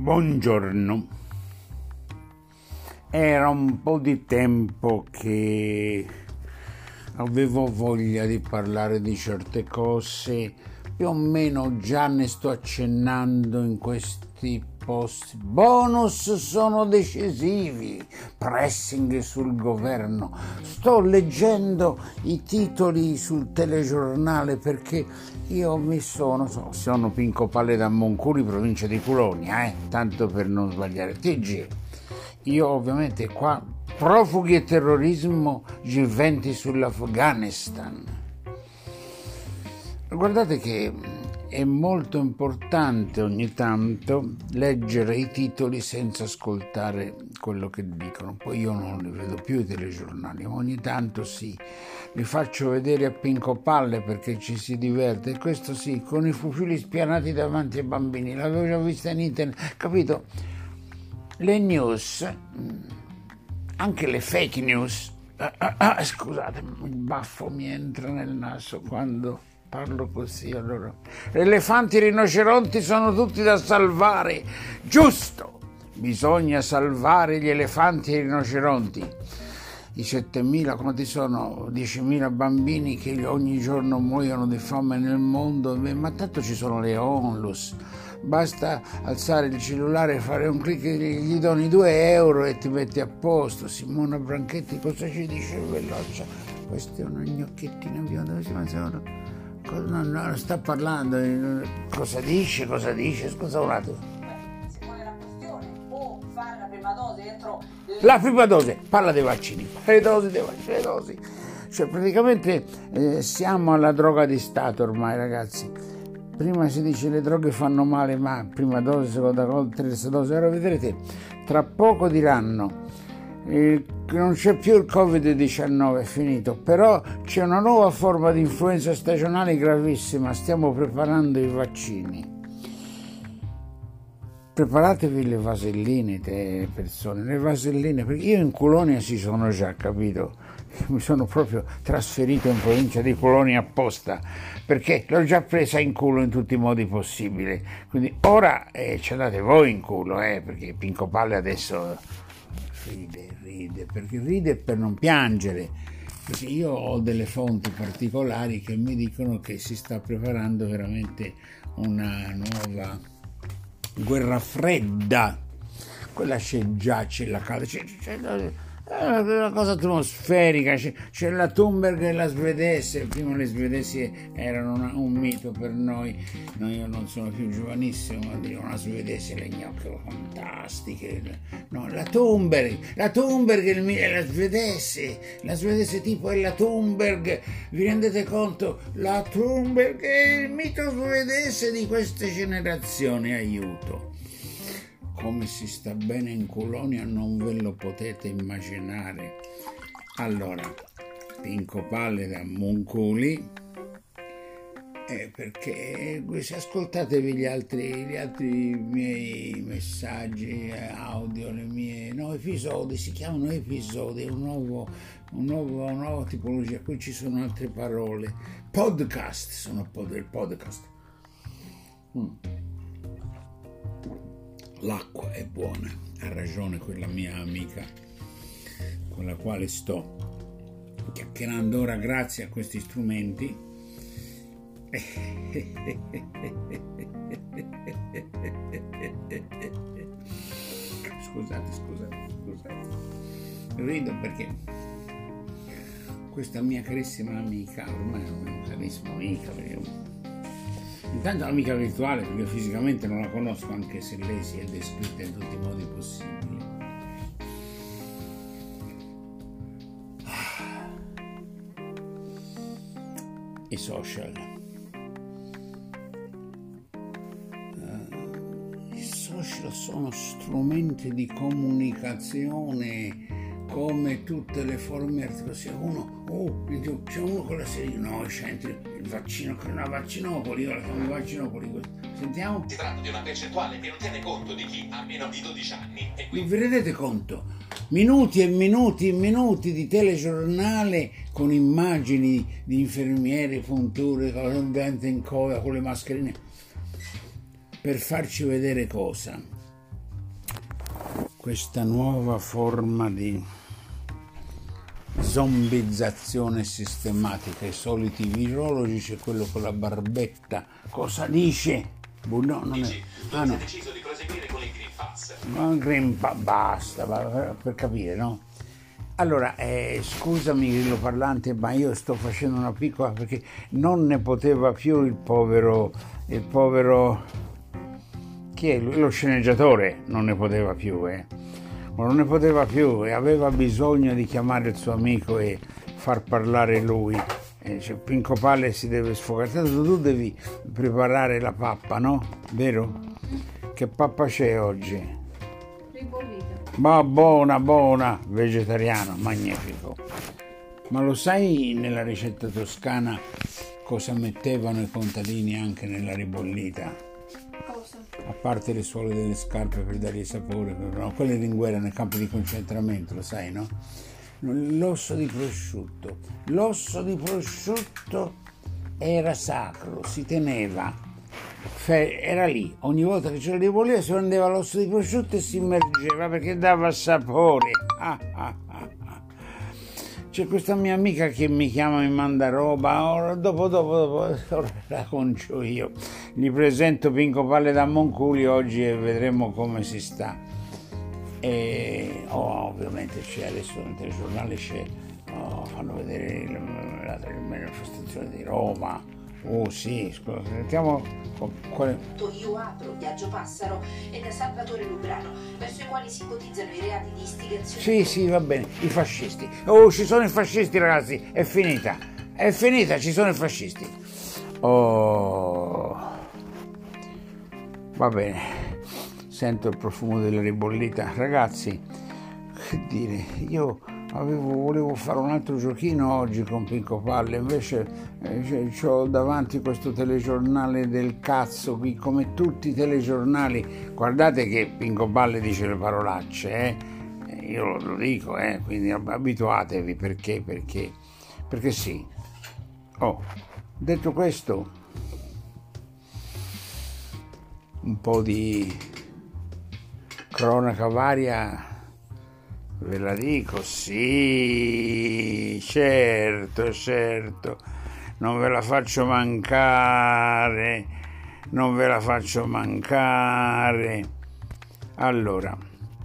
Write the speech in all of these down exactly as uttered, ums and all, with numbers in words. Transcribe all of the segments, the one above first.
Buongiorno, era un po' di tempo che avevo voglia di parlare di certe cose, più o meno già ne sto accennando in questi post. Bonus sono decisivi, pressing sul governo. Sto leggendo i titoli sul telegiornale perché io mi sono, so, sono Pinco Palle da Monculi, provincia di Culonia, eh, tanto per non sbagliare. T G. Io ovviamente qua profughi e terrorismo, G venti sull'Afghanistan. Guardate che è molto importante ogni tanto leggere i titoli senza ascoltare quello che dicono. Poi io non li vedo più i telegiornali, ma ogni tanto sì, li faccio vedere a Pinco Palle perché ci si diverte. E questo sì, con i fucili spianati davanti ai bambini, l'avevo già vista in internet, capito? Le news, anche le fake news, ah, ah, ah, scusate, il baffo mi entra nel naso quando parlo così. Allora, elefanti e rinoceronti sono tutti da salvare, giusto, bisogna salvare gli elefanti e i rinoceronti. I settemila, quanti sono? diecimila bambini che ogni giorno muoiono di fame nel mondo, ma tanto ci sono le onlus. Basta alzare il cellulare e fare un clic, gli doni due euro e ti metti a posto. Simona Branchetti cosa ci dice veloce? Questa è una gnocchiettina bionda. No, no, no, sta parlando. Cosa dice? Cosa dice? Scusa un attimo. Si pone la questione, o fare la prima dose entro... La prima dose, parla dei vaccini, le dosi dei vaccini, le dosi. Cioè praticamente eh, siamo alla droga di Stato ormai, ragazzi. Prima si dice le droghe fanno male, ma prima dose, seconda dose, terza dose. Ora vedrete, tra poco diranno eh, che non c'è più il covid diciannove, è finito, però c'è una nuova forma di influenza stagionale gravissima, stiamo preparando i vaccini. Preparatevi le vaselline, te persone, le vaselline, perché io in Culonia si sono già, capito? Mi sono proprio trasferito in provincia di Culonia apposta, perché l'ho già presa in culo in tutti i modi possibili. Quindi ora eh, ci andate voi in culo, eh, perché Pinco Palle adesso ride, ride, perché ride per non piangere. Perché io ho delle fonti particolari che mi dicono che si sta preparando veramente una nuova guerra fredda. Quella c'è già, c'è la calda, c'è, c'è, c'è è una cosa atmosferica, c'è, c'è la Thunberg e la svedese. Prima le svedesi erano una, un mito per noi. No, io non sono più giovanissimo, ma dico una svedese, le gnocche fantastiche. No, la Thunberg, la Thunberg è, il, è la svedese, la svedese tipo è la Thunberg. Vi rendete conto? La Thunberg è il mito svedese di queste generazioni, aiuto. Come si sta bene in Culonia non ve lo potete immaginare. Allora, Pinco Palle da Monculi, eh, perché se ascoltatevi gli altri, gli altri miei messaggi audio, le mie no, episodi, si chiamano episodi, è un nuovo, un nuovo, una nuova tipologia, qui ci sono altre parole. Podcast, sono del podcast. Mm. L'acqua è buona, ha ragione quella mia amica con la quale sto chiacchierando ora grazie a questi strumenti. Scusate, scusate, scusate. Rido perché questa mia carissima amica, ormai è una carissima amica, perché intanto l'amica virtuale, perché fisicamente non la conosco, anche se lei si è descritta in tutti i modi possibili. I social. Uh, I social sono strumenti di comunicazione come tutte le forme artificiali. Uno, oh, c'è uno con la serie, no, senti, il vaccino, che non ha vaccinopoli, io la chiamo vaccinopoli. Sentiamo. Si tratta di una percentuale che non tiene conto di chi ha meno di dodici anni. E quindi... Non vi rendete conto? Minuti e minuti e minuti di telegiornale con immagini di infermieri, punture, con un dente in coda, con le mascherine, per farci vedere cosa? questa nuova forma di zombizzazione sistematica. I soliti virologi, c'è quello con la barbetta. Cosa dice? No, non è... Dici, tu ah, hai no. deciso di proseguire con il Green Pass. Ma il Green Pass, basta, per, per capire, no? Allora, eh, scusami Grillo Parlante, ma io sto facendo una piccola, perché non ne poteva più il povero, il povero, chi è? Lo sceneggiatore non ne poteva più, eh. Non ne poteva più e aveva bisogno di chiamare il suo amico e far parlare lui. Eh, cioè, Pinco Palle si deve sfogare, tanto tu devi preparare la pappa, no? Vero? Che pappa c'è oggi? Ribollita. Ma buona, buona, vegetariano, magnifico. Ma lo sai nella ricetta toscana cosa mettevano i contadini anche nella ribollita? Cosa? A parte le suole delle scarpe per dargli sapore, no? Quelle in guerra nel campo di concentramento, lo sai, no? L'osso di prosciutto. L'osso di prosciutto era sacro, si teneva. Era lì, ogni volta che c'era di ribollita si prendeva l'osso di prosciutto e si immergeva perché dava sapore. Ah, ah, ah, ah. C'è questa mia amica che mi chiama, mi manda roba, ora, dopo dopo dopo ora la concio io. Gli presento Pinco Palle da Monculi oggi e vedremo come si sta. E oh, ovviamente c'è adesso nel telegiornale c'è, oh, fanno vedere la, la manifestazione di Roma. Oh sì, scusa, sentiamo quale... Io apro Viaggio Passaro e da Salvatore Lubrano, verso i quali si ipotizzano i reati di istigazione. Sì, sì, va bene, i fascisti. Oh, ci sono i fascisti, ragazzi, è finita, è finita, ci sono i fascisti. Oh, va bene, sento il profumo della ribollita. Ragazzi, che dire, io... Avevo, volevo fare un altro giochino oggi con Pinco Palle, invece eh, ho davanti questo telegiornale del cazzo qui, come tutti i telegiornali. Guardate che Pinco Palle dice le parolacce, eh? Io lo, lo dico, eh? Quindi abituatevi, perché, perché, perché sì. Oh, detto questo, un po' di cronaca varia. Ve la dico, sì, certo, certo, non ve la faccio mancare, non ve la faccio mancare. Allora,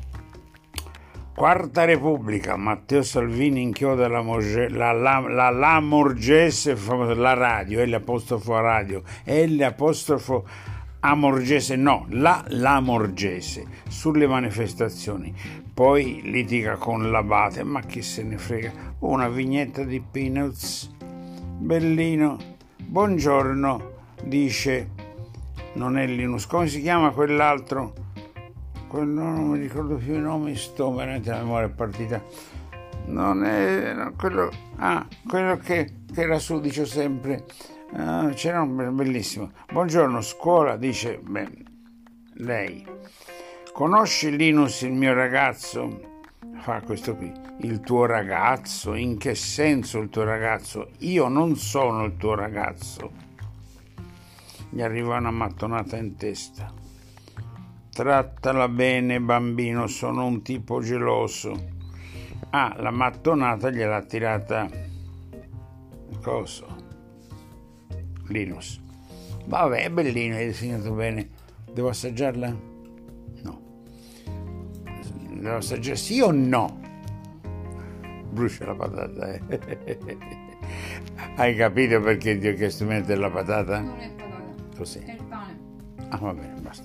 Quarta Repubblica, Matteo Salvini inchioda la, Morge, la, la, la, la Morgese, la radio, L apostrofo a radio, L apostrofo a Morgese, no, la Lamorgese, sulle manifestazioni. Poi litiga con l'abate, ma chi se ne frega. Una vignetta di Peanuts, bellino. Buongiorno, dice, non è Linus, come si chiama quell'altro? Quello, non mi ricordo più i nomi, sto veramente la memoria è partita. Non è no, quello, ah, quello che, che era su, dice sempre. Uh, c'era un bellissimo. Buongiorno, scuola, dice, beh, lei. Conosci Linus, il mio ragazzo? Fa questo qui. Il tuo ragazzo? In che senso il tuo ragazzo? Io non sono il tuo ragazzo. Gli arriva una mattonata in testa. Trattala bene, bambino, sono un tipo geloso. Ah, la mattonata gliel'ha tirata. Cosa? Linus. Vabbè, è bellino, hai disegnato bene. Devo assaggiarla? No. Devo assaggiare sì o no? Brucia la patata, eh. Hai capito perché ti ho chiesto di mettere la patata? Non è patata. Cos'è? È il pane. Ah, va bene, basta.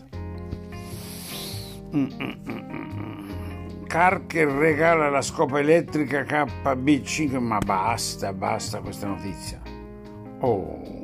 Mm, mm, mm, mm. Carcher regala la scopa elettrica K B cinque, ma basta, basta questa notizia. Oh.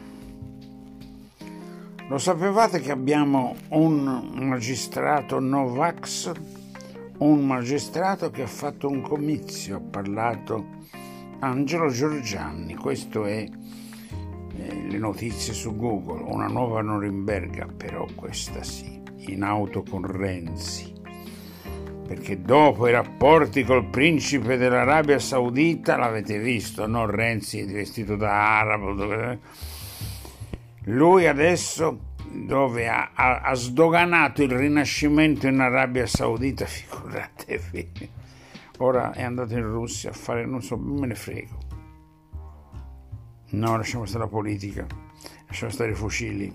Lo sapevate che abbiamo un magistrato Novax? Un magistrato che ha fatto un comizio, ha parlato Angelo Giorgianni, questo è eh, le notizie su Google, una nuova Norimberga, però questa sì, in auto con Renzi, perché dopo i rapporti col principe dell'Arabia Saudita, l'avete visto, no? Renzi è vestito da arabo, lui adesso dove ha, ha, ha sdoganato il rinascimento in Arabia Saudita, figuratevi. Ora è andato in Russia a fare, non so, me ne frego. No, lasciamo stare la politica, lasciamo stare i fucili.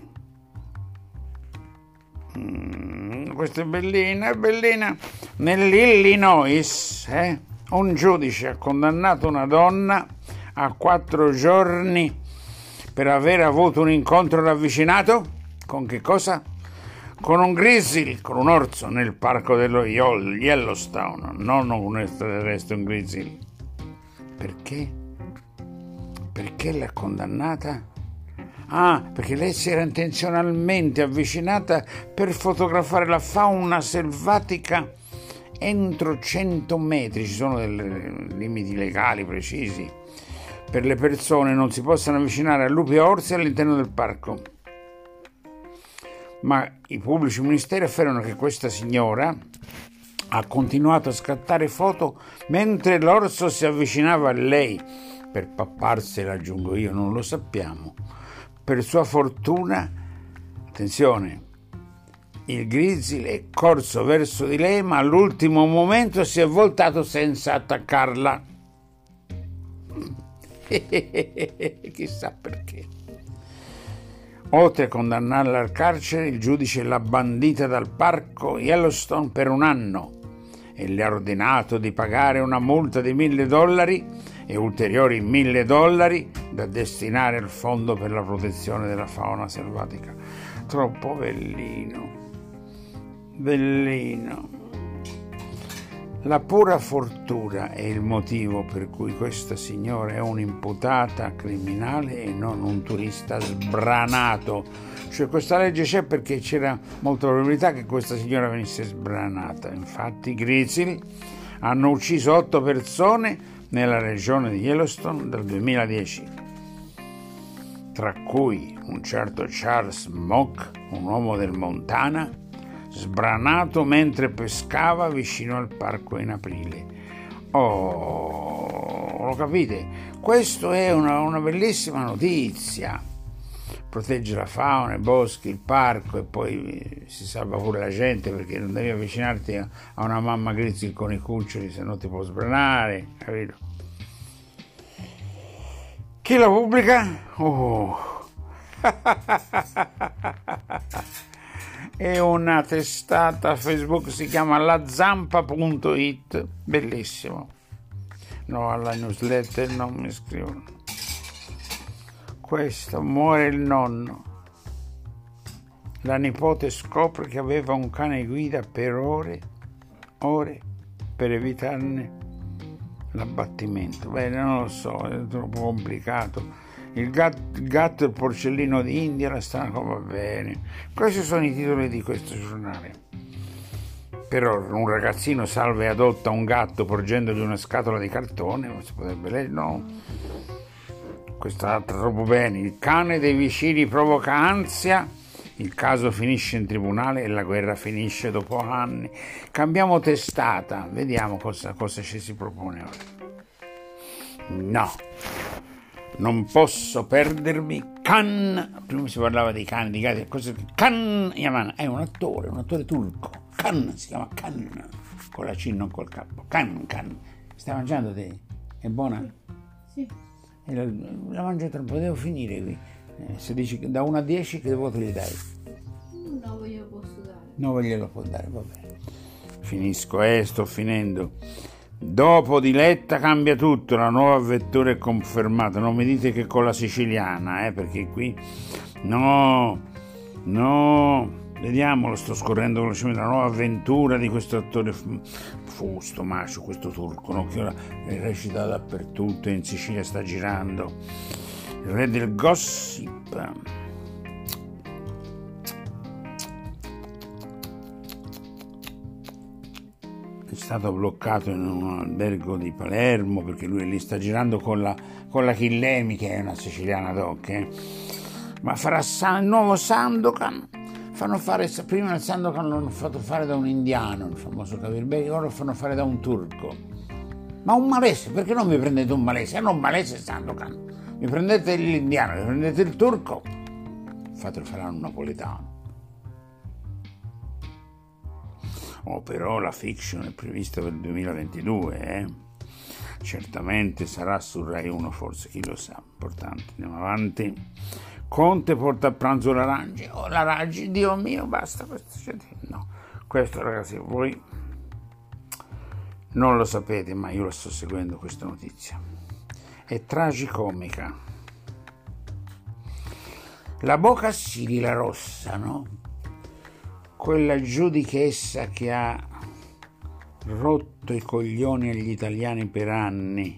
Mm, questa è bellina, è bellina. Nell'Illinois, eh, un giudice ha condannato una donna a quattro giorni per aver avuto un incontro ravvicinato con che cosa? Con un grizzly, con un orso nel parco dello Yellowstone, non un extraterrestre, un grizzly. Perché? Perché l'ha condannata? Ah, perché lei si era intenzionalmente avvicinata per fotografare la fauna selvatica entro cento metri. Ci sono dei limiti legali precisi. Per le persone non si possono avvicinare a lupi e orsi all'interno del parco. Ma i pubblici ministeri affermano che questa signora ha continuato a scattare foto mentre l'orso si avvicinava a lei. Per papparsela, aggiungo io, non lo sappiamo. Per sua fortuna, attenzione, il grizzly è corso verso di lei, ma all'ultimo momento si è voltato senza attaccarla. Chissà perché. Oltre a condannarla al carcere, il giudice l'ha bandita dal parco Yellowstone per un anno e le ha ordinato di pagare una multa di mille dollari e ulteriori mille dollari da destinare al fondo per la protezione della fauna selvatica. Troppo bellino, bellino. La pura fortuna è il motivo per cui questa signora è un'imputata criminale e non un turista sbranato. Cioè questa legge c'è perché c'era molta probabilità che questa signora venisse sbranata. Infatti i grizzly hanno ucciso otto persone nella regione di Yellowstone dal duemiladieci, tra cui un certo Charles Mock, un uomo del Montana, sbranato mentre pescava vicino al parco in aprile. Oh, lo capite? Questa è una, una bellissima notizia. Protegge la fauna, i boschi, il parco e poi si salva pure la gente, perché non devi avvicinarti a, a una mamma grizzly con i cuccioli, se no ti può sbranare, capito? Chi la pubblica? Oh. È una testata Facebook, si chiama la zampa punto it, bellissimo. No, alla newsletter non mi iscrivo. Questo, muore il nonno. La nipote scopre che aveva un cane guida per ore, ore, per evitarne l'abbattimento. Beh, non lo so, è troppo complicato. Il gatto, il gatto e il porcellino d'India, la strana, va bene. Questi sono i titoli di questo giornale. Però un ragazzino salva e adotta un gatto porgendogli una scatola di cartone, non si potrebbe leggere, no. Quest'altro troppo bene. Il cane dei vicini provoca ansia, il caso finisce in tribunale e la guerra finisce dopo anni. Cambiamo testata, vediamo cosa, cosa ci si propone ora. No, non posso perdermi Khan. Prima si parlava dei cani, di gatti, cosa, Khan Yaman è un attore, un attore turco. Khan, si chiama Khan, con la C non col capo. Khan, Khan. Stai mangiando te? È buona? Sì. E la, la mangio tra un po', devo finire qui. Eh, se dici da uno a dieci che voto gli dai? nove glielo posso dare. nove glielo può dare, va bene. Finisco, eh, sto finendo. Dopo di Letta cambia tutto, la nuova vettura è confermata. Non mi dite che con la siciliana, eh, perché qui no, no, vediamolo, sto scorrendo velocemente la nuova avventura di questo attore Fausto Macio, questo turco, no, che ora recita dappertutto e in Sicilia sta girando. Il re del gossip. È stato bloccato in un albergo di Palermo perché lui lì sta girando con la, con la Chillemi, che è una siciliana doc, eh. Ma farà il nuovo Sandokan. Fanno fare, prima il Sandokan l'hanno fatto fare da un indiano, il famoso Kavirbek, ora lo fanno fare da un turco. Ma un malese, perché non mi prendete un malese? Hanno un malese Sandokan. Mi prendete l'indiano, mi prendete il turco, fatelo fare a un napoletano. Oh, però la fiction è prevista per il duemilaventidue, eh? Certamente sarà su Rai uno, forse, chi lo sa. Importante, andiamo avanti. Conte porta a pranzo la Raggi. Oh, la Raggi, Dio mio, basta questo. No, questo, ragazzi, voi non lo sapete, ma io lo sto seguendo questa notizia. È tragicomica. La Bocassini, la rossa, no? Quella giudichessa che ha rotto i coglioni agli italiani per anni,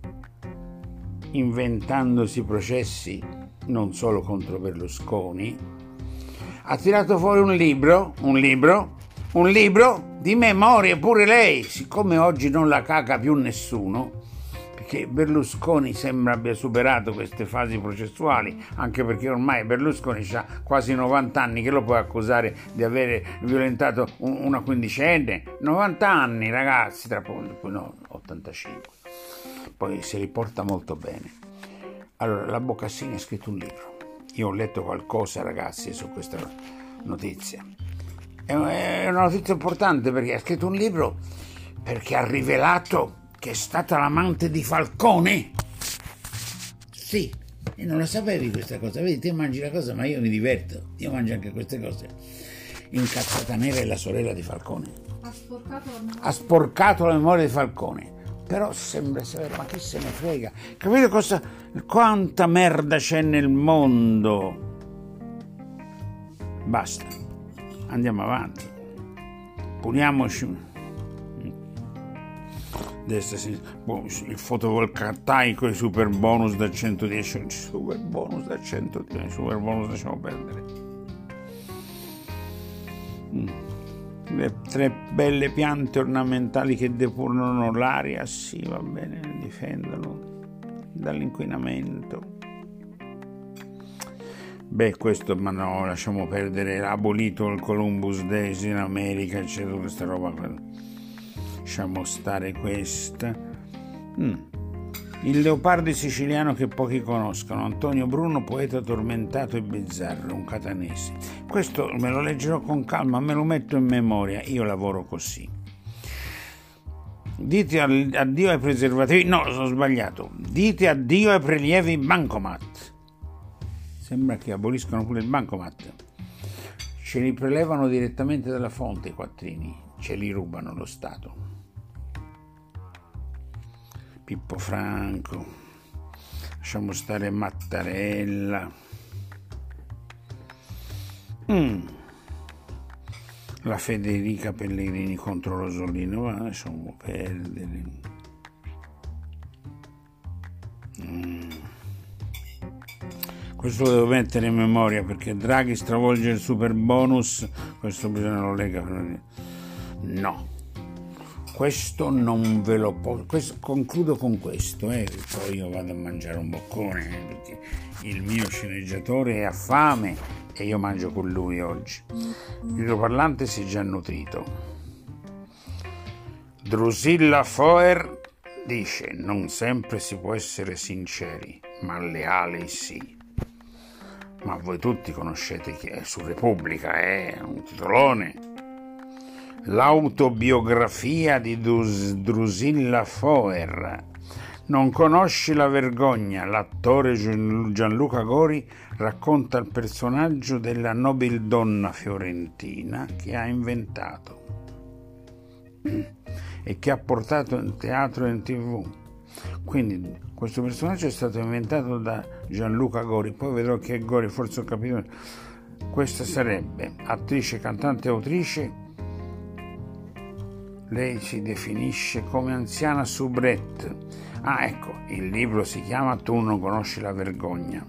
inventandosi processi non solo contro Berlusconi, ha tirato fuori un libro, un libro, un libro di memorie pure lei, siccome oggi non la caga più nessuno, perché Berlusconi sembra abbia superato queste fasi processuali, anche perché ormai Berlusconi ha quasi novanta anni, che lo può accusare di aver violentato una quindicenne? novanta anni, ragazzi, tra poco, no, ottantacinque. Poi se li porta molto bene. Allora, la Bocassini ha scritto un libro. Io ho letto qualcosa, ragazzi, su questa notizia. È una notizia importante perché ha scritto un libro perché ha rivelato che è stata l'amante di Falcone. Sì, e non la sapevi questa cosa. Vedi, te mangi la cosa, ma io mi diverto. Io mangio anche queste cose. Incazzata Nera è la sorella di Falcone. Ha sporcato la memoria. Ha sporcato la memoria di Falcone. Però sembra severo, ma chi se ne frega? Capite cosa? Quanta merda c'è nel mondo? Basta. Andiamo avanti. Puniamoci. Destra, sinistra, il fotovoltaico, i super bonus da centodieci, super bonus da centodieci, super bonus lasciamo perdere. Mm. Le tre belle piante ornamentali che depurano l'aria, sì, va bene, difendono dall'inquinamento. Beh, questo, ma no, lasciamo perdere, abolito il Columbus Days in America, eccetera, questa roba. Lasciamo stare questa. Mm. Il leopardo siciliano che pochi conoscono, Antonio Bruno, poeta tormentato e bizzarro, un catanese. Questo me lo leggerò con calma, me lo metto in memoria, io lavoro così. Dite addio ai preservativi, no, sono sbagliato. Dite addio ai prelievi bancomat. Sembra che aboliscono pure il bancomat. Ce li prelevano direttamente dalla fonte i quattrini, ce li rubano lo Stato. Pippo Franco, lasciamo stare Mattarella. Mm. La Federica Pellegrini contro Rosolino, ma lasciamo perdere. Mm. Questo lo devo mettere in memoria perché Draghi stravolge il super bonus, questo bisogna lo lega. No. Questo non ve lo posso. Concludo con questo, eh. Poi io vado a mangiare un boccone eh, perché il mio sceneggiatore ha fame e io mangio con lui oggi. Il parlante si è già nutrito. Drusilla Foer dice: non sempre si può essere sinceri, ma leali sì. Ma voi tutti conoscete chi è su Repubblica, è eh? un titolone. L'autobiografia di Dus- Drusilla Foer. Non conosci la vergogna? L'attore Gianluca Gori racconta il personaggio della nobildonna fiorentina che ha inventato e che ha portato in teatro e in tv. Quindi questo personaggio è stato inventato da Gianluca Gori. Poi vedrò che è Gori, forse ho capito. Questa sarebbe attrice, cantante e autrice. Lei si definisce come anziana soubrette. Ah, ecco, il libro si chiama Tu non conosci la vergogna.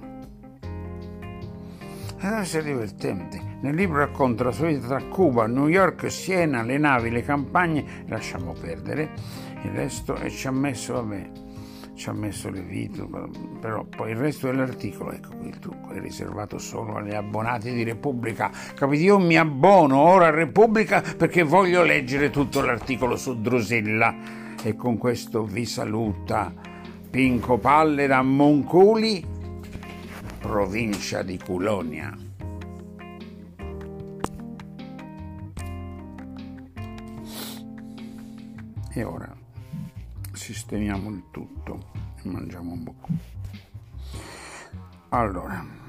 Deve essere divertente. Nel libro racconta la sua vita tra Cuba, New York, Siena, le navi, le campagne. Lasciamo perdere il resto e ci ha messo, vabbè, ci ha messo le vite, però poi il resto dell'articolo, ecco qui il trucco, è riservato solo agli abbonati di Repubblica. Capite? Io mi abbono ora a Repubblica perché voglio leggere tutto l'articolo su Drusilla. E con questo vi saluta Pinco Palle da Monculi, provincia di Culonia. E ora sistemiamo il tutto e mangiamo un po'. Allora,